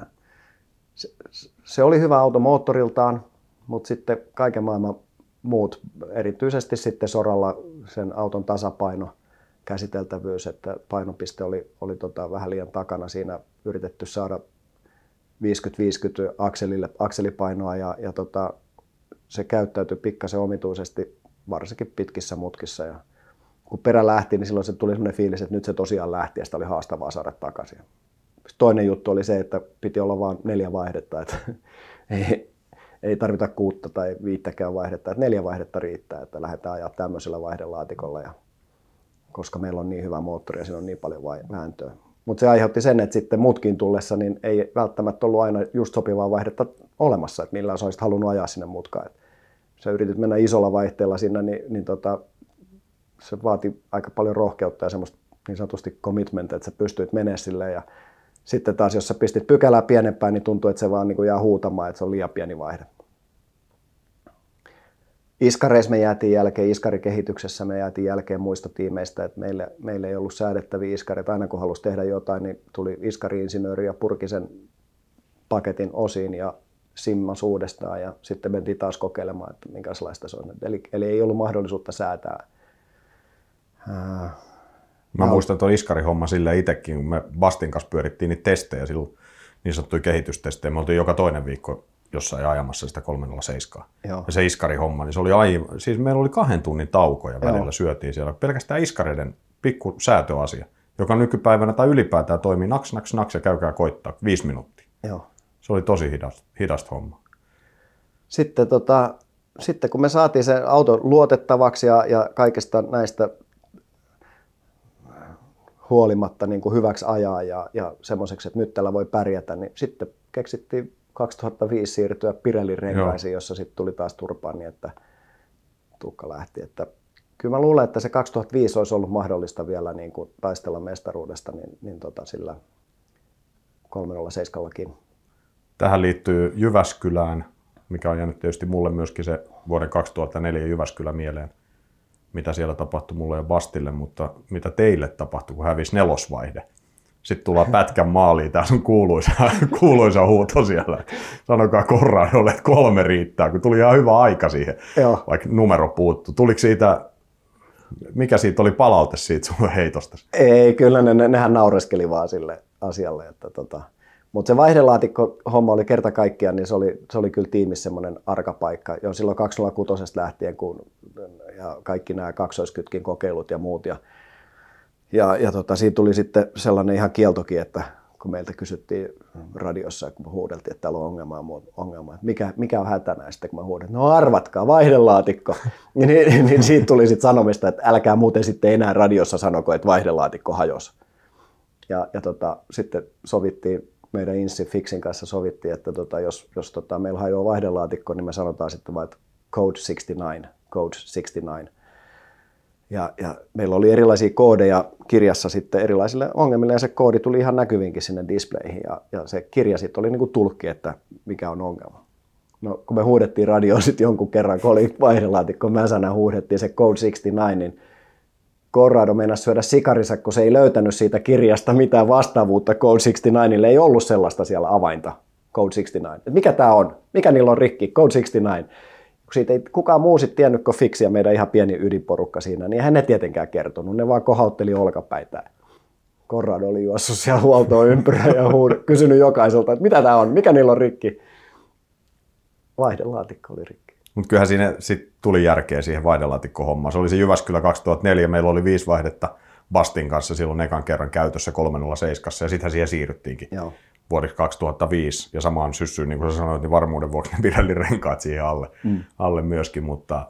se oli hyvä auto moottoriltaan, mutta sitten kaiken maailman muut, erityisesti sitten soralla sen auton tasapaino, käsiteltävyys, että painopiste oli vähän liian takana. Siinä yritetty saada 50-50 akselipainoa ja se käyttäytyi pikkasen omituisesti, varsinkin pitkissä mutkissa. Ja kun perä lähti, niin silloin se tuli sellainen fiilis, että nyt se tosiaan lähti ja sitä oli haastavaa saada takaisin. Toinen juttu oli se, että piti olla vain 4 vaihdetta, että ei tarvita 6 tai 5 vaihdetta, että 4 vaihdetta riittää, että lähdetään ajaa tämmöisellä vaihdelaatikolla. Ja koska meillä on niin hyvä moottori ja siinä on niin paljon vääntöä. Mutta se aiheutti sen, että sitten mutkin tullessa niin ei välttämättä ollut aina just sopivaa vaihdetta olemassa, että millä sä olisit halunnut ajaa sinne mutkaan. Et sä yritit mennä isolla vaihteella sinne, niin se vaati aika paljon rohkeutta ja semmoista niin sanotusti commitment, että sä pystyit menemään silleen. Ja sitten taas, jos sä pistit pykälää pienempään, niin tuntuu, että se vaan niin kuin jää huutamaan, että se on liian pieni vaihde. Iskareissa me jäätiin jälkeen, iskarikehityksessä me jäätiin jälkeen muista tiimeistä, että meillä ei ollut säädettäviä iskareita. Aina kun halusi tehdä jotain, niin tuli iskari-insinööri ja purki sen paketin osiin ja simmasi uudestaan ja sitten mentiin taas kokeilemaan, että minkälaista se on. Eli ei ollut mahdollisuutta säätää. Mä muistan tuon iskarihomma silleen itsekin, kun me Bastin kanssa pyörittiin niitä testejä silloin, niin sanottuja kehitystestejä. Me oltiin joka toinen viikko jossain ajamassa sitä 307. Joo. Ja se iskarihomma, niin se oli siis meillä oli 2 tunnin taukoja välillä, syötiin siellä. Pelkästään iskareiden pikku säätöasia, joka nykypäivänä tai ylipäätään toimii naks ja käykää koittaa 5 minuuttia. Joo. Se oli tosi hidasta homma. Sitten kun me saatiin se auto luotettavaksi ja kaikesta näistä huolimatta niin kuin hyväksi ajaa ja semmoiseksi, että nyt tällä voi pärjätä, niin sitten keksittiin 2005 siirtyä Pirellin renkaisiin, jossa sitten tuli taas turpaan niin, että tukka lähti. Että kyllä mä luulen, että se 2005 olisi ollut mahdollista vielä niin kuin taistella mestaruudesta niin sillä 307-kin. Tähän liittyy Jyväskylään, mikä on jäänyt tietysti mulle myöskin se vuoden 2004 Jyväskylä mieleen, mitä siellä tapahtui mulle ja Bastille, mutta mitä teille tapahtui, kun hävisi 4. vaihde. Sitten tullaan pätkän maaliin, tässä on kuuluisa huuto siellä. Sanokaa Corradolle, että 3 riittää, kun tuli ihan hyvä aika siihen, vaikka numero puuttu. Tuliko siitä, mikä siitä oli palaute siitä sun heitosta? Ei, kyllä nehän naureskeli vaan sille asialle. Mutta se vaihdelaatikko-homma oli kerta kaikkiaan, niin se oli kyllä tiimissä semmoinen arka paikka. Jo silloin 2006 lähtien, ja kaikki nämä kaksoiskytkin kokeilut ja muut. Ja siinä tuli sitten sellainen ihan kieltokin, että kun meiltä kysyttiin radiossa, kun me huudeltiin, että täällä on ongelma, että mikä on hätänä, ja sitten kun mä huudelin, no arvatkaa, vaihdelaatikko, niin siitä tuli sitten sanomista, että älkää muuten sitten enää radiossa sanoko, että vaihdelaatikko hajosi. Ja sitten sovittiin, meidän Inssi Fixin kanssa sovittiin, että jos meillä hajoaa vaihdelaatikko, niin me sanotaan sitten vain, että Code 69. Ja meillä oli erilaisia koodeja kirjassa sitten erilaisille ongelmille, ja se koodi tuli ihan näkyvinkin sinne displayhin, ja se kirja sitten oli niin kuin tulkki, että mikä on ongelma. No, kun me huudettiin radioon sitten jonkun kerran, kun oli vaihdelaatikko mäsänä, huudettiin se Code 69, niin Corrado meinasi syödä sikarinsa, kun se ei löytänyt siitä kirjasta mitään vastaavuutta Code 69, ei ollut sellaista siellä avainta, Code 69. Et mikä tämä on? Mikä niillä on rikki? Code 69. Kun siitä ei kukaan muu sitten tiennyt kuin Fix ja meidän ihan pieni ydinporukka siinä, niin hän ne tietenkään kertonut, ne vaan kohautteli olkapäitään. Corrado oli juossut siellä huoltoon ympyrää ja kysynyt jokaiselta, että mitä tämä on, mikä niillä on rikki? Vaihdelaatikko oli rikki. Mutta kyllähän siinä sitten tuli järkeä siihen vaihdelaatikko-hommaan. Se oli se Jyväskylä 2004, meillä oli 5 vaihdetta Bastin kanssa silloin ekan kerran käytössä 307, ja sittenhän siihen siirryttiinkin vuodeksi 2005. Ja samaan syssyyn, niin kuin sä sanoit, niin varmuuden vuoksi ne Pirelli-renkaat siihen alle myöskin, mutta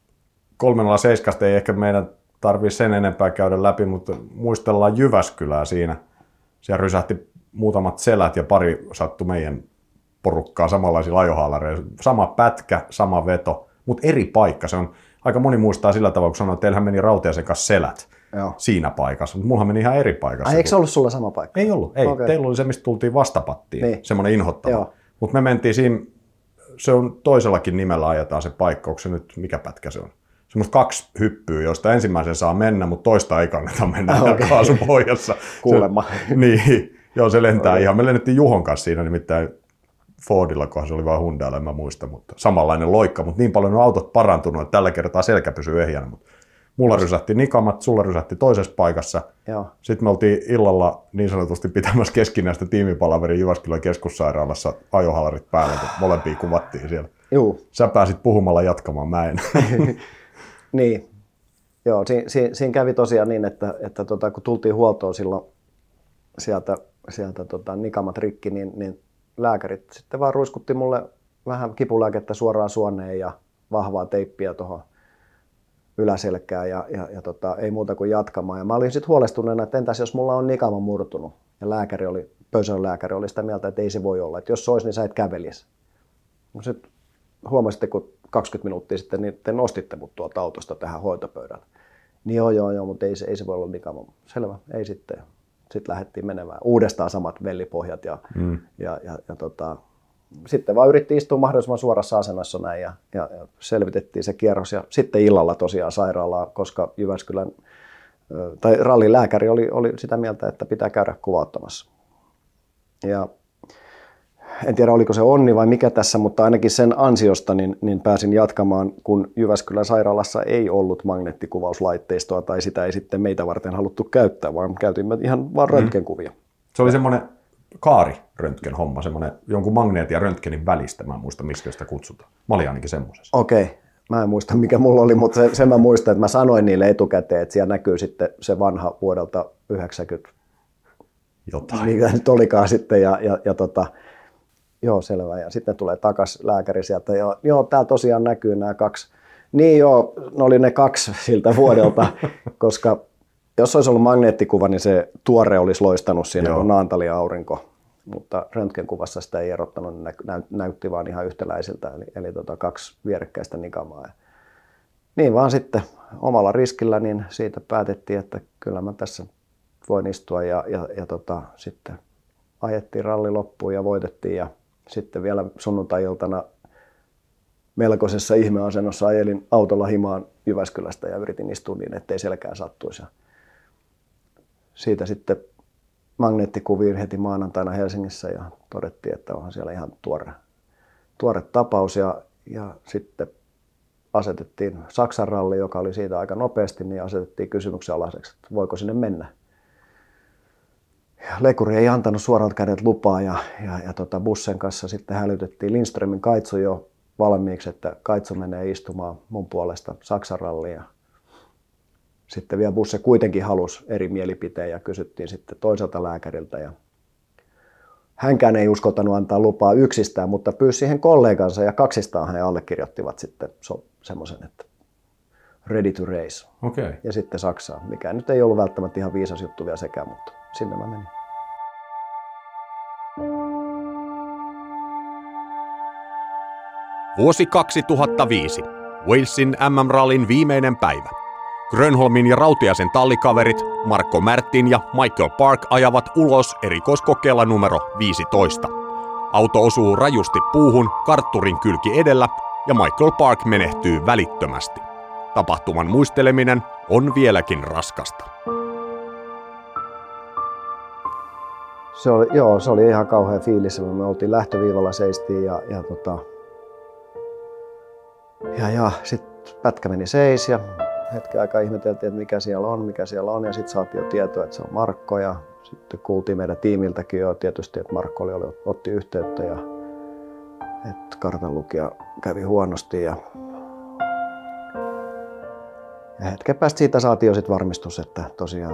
307 ei ehkä meidän tarvitse sen enempää käydä läpi, mutta muistellaan Jyväskylää siinä. Siellä rysähti muutamat selät ja pari sattui meidän porukkaa samanlaisilla ajohaalareilla. Sama pätkä, sama veto, mutta eri paikka. Se on, aika moni muistaa sillä tavalla, kun sanoi, että teillähän meni Rautiaisen kanssa selät siinä paikassa, mutta mullahan meni ihan eri paikassa. Eikö se ollut sulla sama paikka? Ei ollut, ei. Okay. Teillä oli se, mistä tultiin vastapattiin, niin. Semmoinen inhottava. Mutta me mentiin siinä, se on toisellakin nimellä ajetaan se paikka, onko se nyt, mikä pätkä se on? Semmoista 2 hyppyä, joista ensimmäisen saa mennä, mutta toista ei kannata mennä kaasupohjassa. Kuulemma. Niin, joo, se lentää ihan. Me lennettiin Juhon kanssa siinä, nimittäin Fordilla, kohan se oli vaan Hyundailla, en mä muista, mutta samanlainen loikka, mutta niin paljon on autot parantunut, että tällä kertaa selkä pysyy ehjänä. Mulla rysähti nikamat, sulla rysähti toisessa paikassa. Joo. Sitten me oltiin illalla niin sanotusti pitämässä keskinäistä tiimipalaveria Jyväskylän keskussairaalassa ajohalarit päällä, kun molempia kuvattiin siellä. Juu. Sä pääsit puhumalla jatkamaan, mä en. Niin, joo, siinä kävi tosiaan niin, että kun tultiin huoltoon silloin sieltä nikamat rikki, niin lääkärit sitten vaan ruiskutti mulle vähän kipulääkettä suoraan suoneen ja vahvaa teippiä tuohon yläselkään ja ei muuta kuin jatkamaan. Ja mä olin sitten huolestuneena, että entäs jos mulla on nikama murtunut. Ja Pöysön lääkäri oli sitä mieltä, että ei se voi olla. Että jos se olisi, niin sä et kävelisi. Sitten huomasitte, kun 20 minuuttia sitten, niin te nostitte mut tuolta autosta tähän hoitopöydälle. Niin joo, mutta ei se voi olla nikama. Selvä, ei sitten. Sitten lähdettiin menemään. Uudestaan samat vellipohjat ja sitten vaan yritti istua mahdollisimman suorassa asennossa näin ja selvitettiin se kierros. Ja sitten illalla tosiaan sairaalaan, koska Jyväskylän tai rallilääkäri oli sitä mieltä, että pitää käydä kuvauttamassa. Ja en tiedä, oliko se onni vai mikä tässä, mutta ainakin sen ansiosta niin pääsin jatkamaan, kun Jyväskylän sairaalassa ei ollut magneettikuvauslaitteistoa tai sitä ei sitten meitä varten haluttu käyttää, vaan käytimme ihan vaan röntgenkuvia. Se oli semmoinen kaariröntgen homma, semmoinen jonkun magneetin ja röntgenin välistä, mä en muista miksi sitä kutsutaan. Mä olin ainakin semmoisessa. Okei. Mä en muista mikä mulla oli, mutta sen mä muistan, että mä sanoin niille etukäteen, että siellä näkyy sitten se vanha vuodelta 90 jotain. Mikä nyt olikaan sitten joo, selvä. Ja sitten tulee takas lääkäri sieltä. Joo, täällä tosiaan näkyy nämä 2. Niin joo, ne oli ne 2 siltä vuodelta, koska jos olisi ollut magneettikuva, niin se tuore olisi loistanut siinä kuin Naantalin aurinko. Mutta röntgenkuvassa sitä ei erottanut, näytti vaan ihan yhtäläisiltä, eli 2 vierekkäistä nikamaa. Ja niin vaan sitten omalla riskillä niin siitä päätettiin, että kyllä mä tässä voin istua ja sitten ajettiin ralli loppuun ja voitettiin ja sitten vielä sunnuntai-iltana melkoisessa ihmeasennossa ajelin autolla himaan Jyväskylästä ja yritin istua niin, ettei selkään sattuisi. Siitä sitten magneettikuviin heti maanantaina Helsingissä ja todettiin, että onhan siellä ihan tuore tapaus ja sitten asetettiin Saksan ralli, joka oli siitä aika nopeasti, niin asetettiin kysymyksen alaiseksi, että voiko sinne mennä. Ja lekuri ei antanut suoralta kädet lupaa ja bussen kanssa sitten hälytettiin Lindströmin Kaitsu jo valmiiksi, että Kaitsu menee istumaan mun puolesta Saksan ralliin. Ja sitten vielä busse kuitenkin halusi eri mielipiteen ja kysyttiin sitten toiselta lääkäriltä. Ja hänkään ei uskaltanut antaa lupaa yksistään, mutta pyysi siihen kollegansa ja kaksistaan he allekirjoittivat sitten semmoisen, että ready to race. Okay. Ja sitten Saksaan, mikä nyt ei ollut välttämättä ihan viisas juttu vielä sekään, mutta sinne mä menin. Vuosi 2005. Walesin MM-rallin viimeinen päivä. Grönholmin ja Rautiaisen tallikaverit Marco Märtin ja Michael Park ajavat ulos erikoiskokeella numero 15. Auto osuu rajusti puuhun, kartturin kylki edellä ja Michael Park menehtyy välittömästi. Tapahtuman muisteleminen on vieläkin raskasta. Se oli ihan kauhea fiilis. Me oltiin lähtöviivalla, seistiin ja sitten pätkä meni seis ja hetken aikaa ihmeteltiin, että mikä siellä on ja sitten saatiin jo tietoa, että se on Markko ja sitten kuultiin meidän tiimiltäkin jo tietysti, että Markko otti yhteyttä ja että kartanlukija kävi huonosti ja hetken päästä siitä saatiin jo sitten varmistus, että tosiaan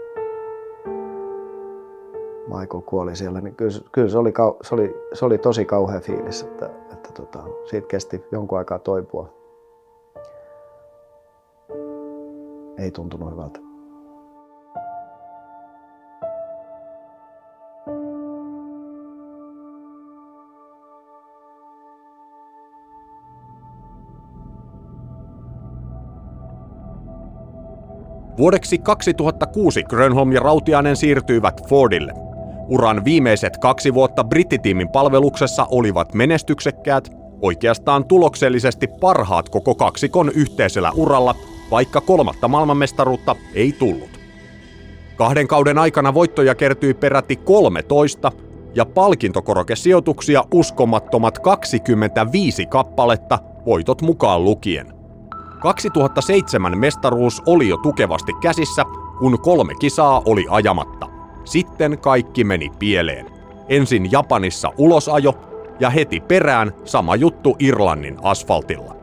Michael kuoli siellä, niin kyllä se oli tosi kauhea fiilis, että siitä kesti jonkun aikaa toipua. Ei tuntunut hyvältä. Vuodeksi 2006 Grönholm ja Rautiainen siirtyivät Fordille. Uran viimeiset 2 vuotta brittitiimin palveluksessa olivat menestyksekkäät, oikeastaan tuloksellisesti parhaat koko kaksikon yhteisellä uralla, vaikka 3. maailmanmestaruutta ei tullut. 2 kauden aikana voittoja kertyi peräti 13 ja palkintokorokesijoituksia uskomattomat 25 kappaletta, voitot mukaan lukien. 2007 mestaruus oli jo tukevasti käsissä, kun 3 kisaa oli ajamatta. Sitten kaikki meni pieleen. Ensin Japanissa ulosajo ja heti perään sama juttu Irlannin asfaltilla.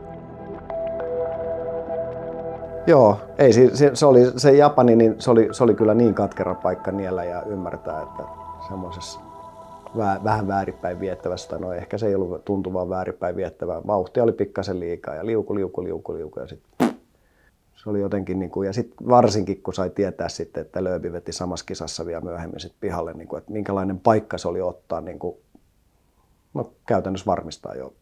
Joo, se Japani, niin se oli kyllä niin katkera paikka niellä ja ymmärtää, että semmoisessa vähän väärinpäin viettävästä, no ehkä se ei ollut tuntuvaa väärinpäin viettävää, vauhtia oli pikkasen liikaa ja liuku ja sitten se oli jotenkin, niin kuin, ja sitten varsinkin kun sai tietää sitten, että Lööbi veti samassa kisassa vielä myöhemmin sitten pihalle, niin kuin, että minkälainen paikka se oli ottaa, niin kuin, no käytännössä varmistaa jo.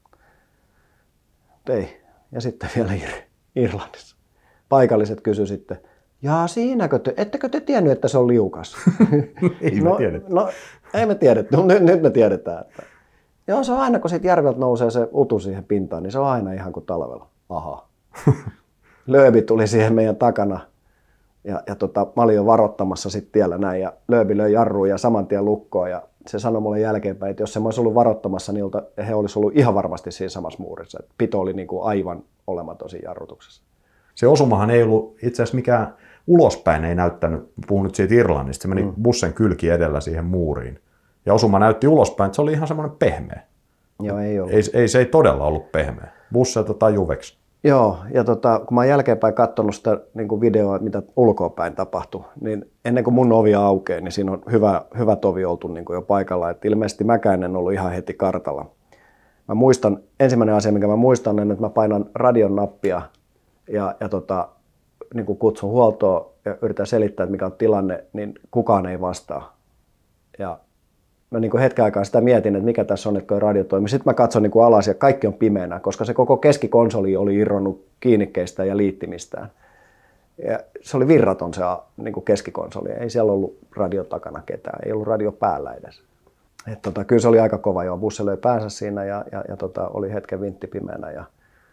Ei. Ja sitten vielä Irlannissa. Paikalliset kysyi sitten, jaa siinäkö ettekö te tiennyt, että se on liukas? Ei me tiedetty. No, ei me tiedetty, nyt me tiedetään. Että joo, se on aina, kun siitä järveltä nousee se utu siihen pintaan, niin se on aina ihan kuin talvella. Aha. Lööbi tuli siihen meidän takana ja mä olin jo varoittamassa sitten tiellä näin ja Lööbi löi jarruun ja saman tien lukkoon ja se sanoi mulle jälkeenpäin, että jos se olisi ollut varoittamassa, niin he olisi ollut ihan varmasti siinä samassa muurissa. Et pito oli niin kuin aivan olematon siinä jarrutuksessa. Se osumahan ei ollut itse asiassa mikään ulospäin, ei näyttänyt, puhun nyt siitä Irlannista, se meni bussen kylki edellä siihen muuriin. Ja osuma näytti ulospäin, että se oli ihan semmoinen pehmeä. Joo, ei ollut. Se ei todella ollut pehmeä, busselta tai juveksi. Joo, ja kun mä oon jälkeenpäin katsonut sitä niin kuin videoa, mitä ulkoapäin tapahtui, niin ennen kuin mun ovi aukeaa, niin siinä on hyvä tovi oltu niin kuin jo paikalla. Et ilmeisesti mäkään en ollut ihan heti kartalla. Mä muistan, ensimmäinen asia, minkä mä muistan, on, että mä painan radion nappia ja niin kuin kutsun huoltoa ja yritän selittää, että mikä on tilanne, niin kukaan ei vastaa. Ja mä niin kuin hetken aikaa sitä mietin, että mikä tässä on, että kun radio toimii. Sitten mä katson niin kuin alas ja kaikki on pimeänä, koska se koko keskikonsoli oli irronnut kiinnikkeistä ja liittimistään. Ja se oli virraton se niin kuin keskikonsoli. Ei siellä ollut radio takana ketään, ei ollut radio päällä edes. Kyllä se oli aika kova jo. Bussi löi päänsä siinä ja oli hetken vintti pimeänä. Ja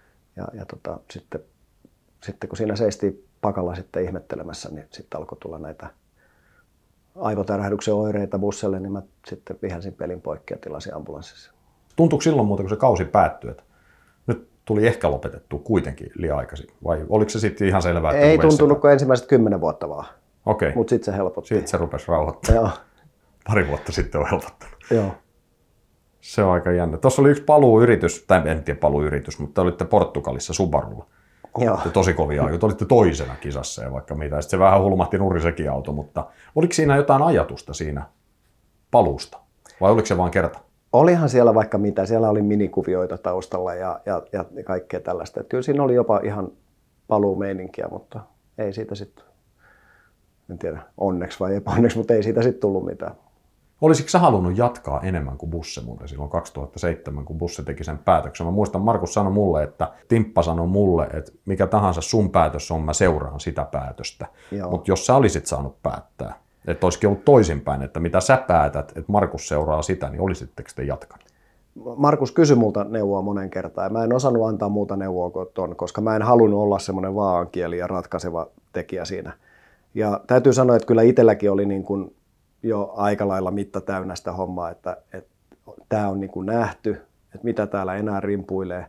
sitten kun siinä seistiin pakalla sitten ihmettelemässä, niin sitten alkoi tulla näitä aivotärähdyksen oireita bussille, niin mä sitten vihelsin pelin poikki ja tilasin ambulanssissa. Tuntuuko silloin muuten, kun se kausi päättyi, että nyt tuli ehkä lopetettua kuitenkin liian aikaisin? Vai oliko se sitten ihan selvää? Ei tuntunut kuin ensimmäiset 10 vuotta vaan. Okei. Mutta sitten se helpotti. Sitten se rupesi rauhoittamaan. Joo. Pari vuotta sitten on helpottanut. Joo. Se on aika jännä. Tuossa oli yksi paluuyritys, tai en tiedä paluuyritys, mutta olitte Portugalissa Subarulla. Joo. Tosi kovia aikoja. Olitte toisena kisassa ja vaikka mitä. Sitten se vähän hulmahti nurin sekin auto, mutta oliko siinä jotain ajatusta siinä paluusta? Vai oliko se vain kerta? Olihan siellä vaikka mitä. Siellä oli minikuvioita taustalla ja kaikkea tällaista. Että kyllä siinä oli jopa ihan paluumeininkiä, mutta ei siitä sitten, en tiedä onneksi vai epäonneksi, mutta ei siitä sitten tullut mitään. Olisitko sä halunnut jatkaa enemmän kuin Busse muuten silloin 2007, kun Busse teki sen päätöksen? Mä muistan, Markus sanoi mulle, että Timppa sanoi mulle, että mikä tahansa sun päätös on, mä seuraan sitä päätöstä. Mutta jos sä olisit saanut päättää, että olisikin ollut toisinpäin, että mitä sä päätät, että Markus seuraa sitä, niin olisitteko te jatkanut? Markus kysyi multa neuvoa monen kertaan ja mä en osannut antaa muuta neuvoa kuin ton, koska mä en halunnut olla semmoinen vaankieli ja ratkaiseva tekijä siinä. Ja täytyy sanoa, että kyllä itselläkin oli niin kuin jo aika lailla mitta täynnä sitä hommaa, että tämä on niin kuin nähty, että mitä täällä enää rimpuilee.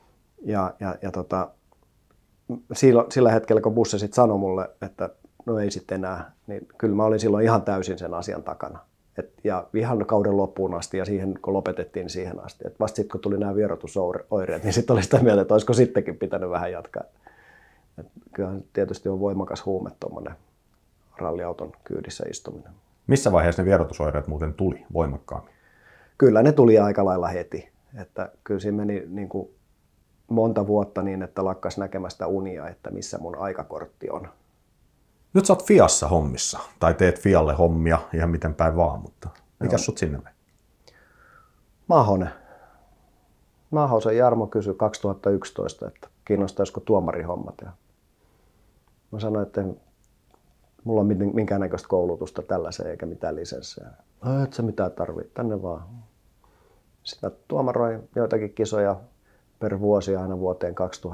Sillä hetkellä, kun Busse sitten sanoi mulle, että no ei sitten enää, niin kyllä mä olin silloin ihan täysin sen asian takana. Ja ihan kauden loppuun asti ja siihen, kun lopetettiin, niin siihen asti. Et vasta sitten, kun tuli nämä vierotusoireet, niin sitten oli sitä mieltä, että olisiko sittenkin pitänyt vähän jatkaa. Et kyllähän tietysti on voimakas huume tuommoinen ralliauton kyydissä istuminen. Missä vaiheessa ne vierotusoireet muuten tuli voimakkaammin? Kyllä ne tuli aika lailla heti. Että kyllä siinä meni niin kuin monta vuotta niin, että lakkas näkemästä unia, että missä mun aikakortti on. Nyt sä oot Fiassa hommissa, tai teet Fialle hommia ihan miten päin vaan, mutta mikäs sut sinne vei? Mahosen Jarmo kysyi 2011, että kiinnostaisiko tuomarihommat. Ja mä sanoin, että mulla on minkäännäköistä koulutusta tällaiseen eikä mitään lisenssiä. Et sä mitään tarvitse, tänne vaan. Sitä tuomaroin joitakin kisoja per vuosi aina vuoteen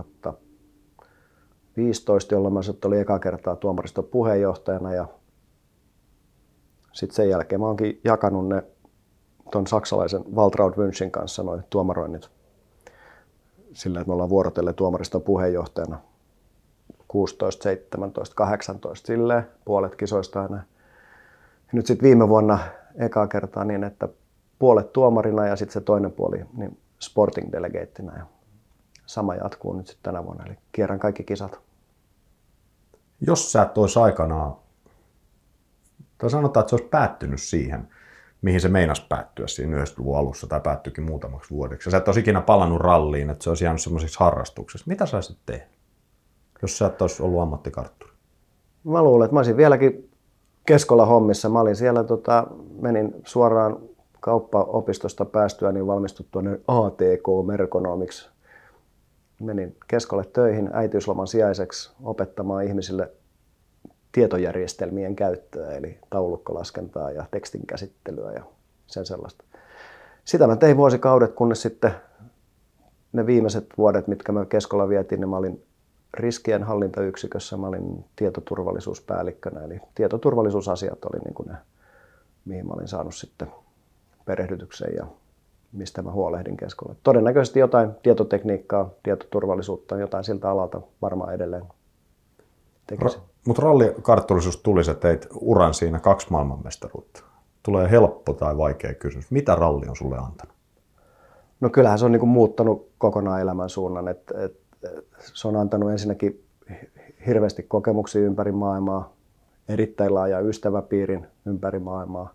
2015, jolloin mä olin eka kertaa tuomariston puheenjohtajana. Ja sitten sen jälkeen mä oonkin jakanut ne ton saksalaisen Waltraud Wünschin kanssa noin tuomaroinnit sillä, että me ollaan vuorotelleet tuomariston puheenjohtajana 16, 17, 18 silleen, puolet kisoista aina. Nyt sitten viime vuonna ekaa kertaa niin, että puolet tuomarina ja sitten se toinen puoli niin sporting delegateina. Ja sama jatkuu nyt sitten tänä vuonna, eli kierrän kaikki kisat. Jos sä et olisi aikanaan, tai sanotaan, että se olisi päättynyt siihen, mihin se meinasi päättyä siinä 90-luvun alussa tai päättyikin muutamaksi vuodeksi. Ja sä et olisi ikinä palannut ralliin, että se olisi jäänyt semmoisiksi harrastuksiksi. Mitä sä olisit tehnyt, jos sä et olisi ollut ammattikartturi? Mä luulen, että mä olisin vieläkin Keskolla hommissa. Mä olin siellä, menin suoraan kauppaopistosta päästyä niin valmistuttua ATK-merkonomiksi. Menin Keskolle töihin äitiysloman sijaiseksi opettamaan ihmisille tietojärjestelmien käyttöä, eli taulukkolaskentaa ja tekstin käsittelyä ja sen sellaista. Sitä mä tein vuosikaudet, kunnes sitten ne viimeiset vuodet, mitkä mä Keskolla vietin, niin mä olin riskienhallintayksikössä, mä olin tietoturvallisuuspäällikkönä, eli tietoturvallisuusasiat oli niin kuin ne, mihin mä olin saanut sitten perehdytyksen ja mistä mä huolehdin Keskolle. Todennäköisesti jotain tietotekniikkaa, tietoturvallisuutta, jotain siltä alalta varmaan edelleen tekisin. Mutta rallikartturisuus tuli, sä teit uran siinä 2 maailmanmestaruutta. Tulee helppo tai vaikea kysymys. Mitä ralli on sulle antanut? No kyllähän se on niinku muuttanut kokonaan elämän suunnan. Se on antanut ensinnäkin hirveästi kokemuksia ympäri maailmaa, erittäin laaja ystäväpiirin ympäri maailmaa.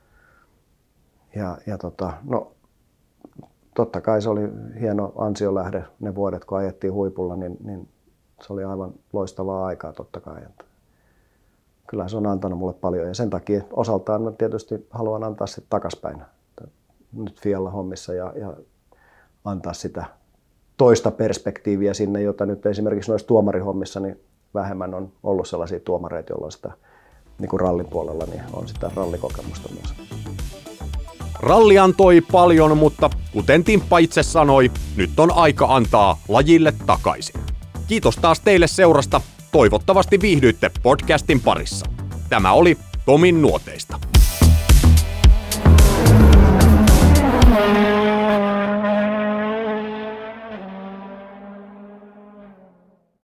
No, totta kai se oli hieno ansiolähde ne vuodet, kun ajettiin huipulla, niin se oli aivan loistavaa aikaa totta kai. Kyllä se on antanut mulle paljon ja sen takia osaltaan mä tietysti haluan antaa sitten takaspäin nyt Fialla hommissa ja antaa sitä toista perspektiiviä sinne, jota nyt esimerkiksi noissa tuomarihommissa niin vähemmän on ollut sellaisia tuomareita, joilla on sitä niin kuin rallin puolella niin on sitä rallikokemusta myös. Ralli antoi paljon, mutta kuten Timppa itse sanoi, nyt on aika antaa lajille takaisin. Kiitos taas teille seurasta. Toivottavasti viihdyitte podcastin parissa. Tämä oli Tomin nuoteista.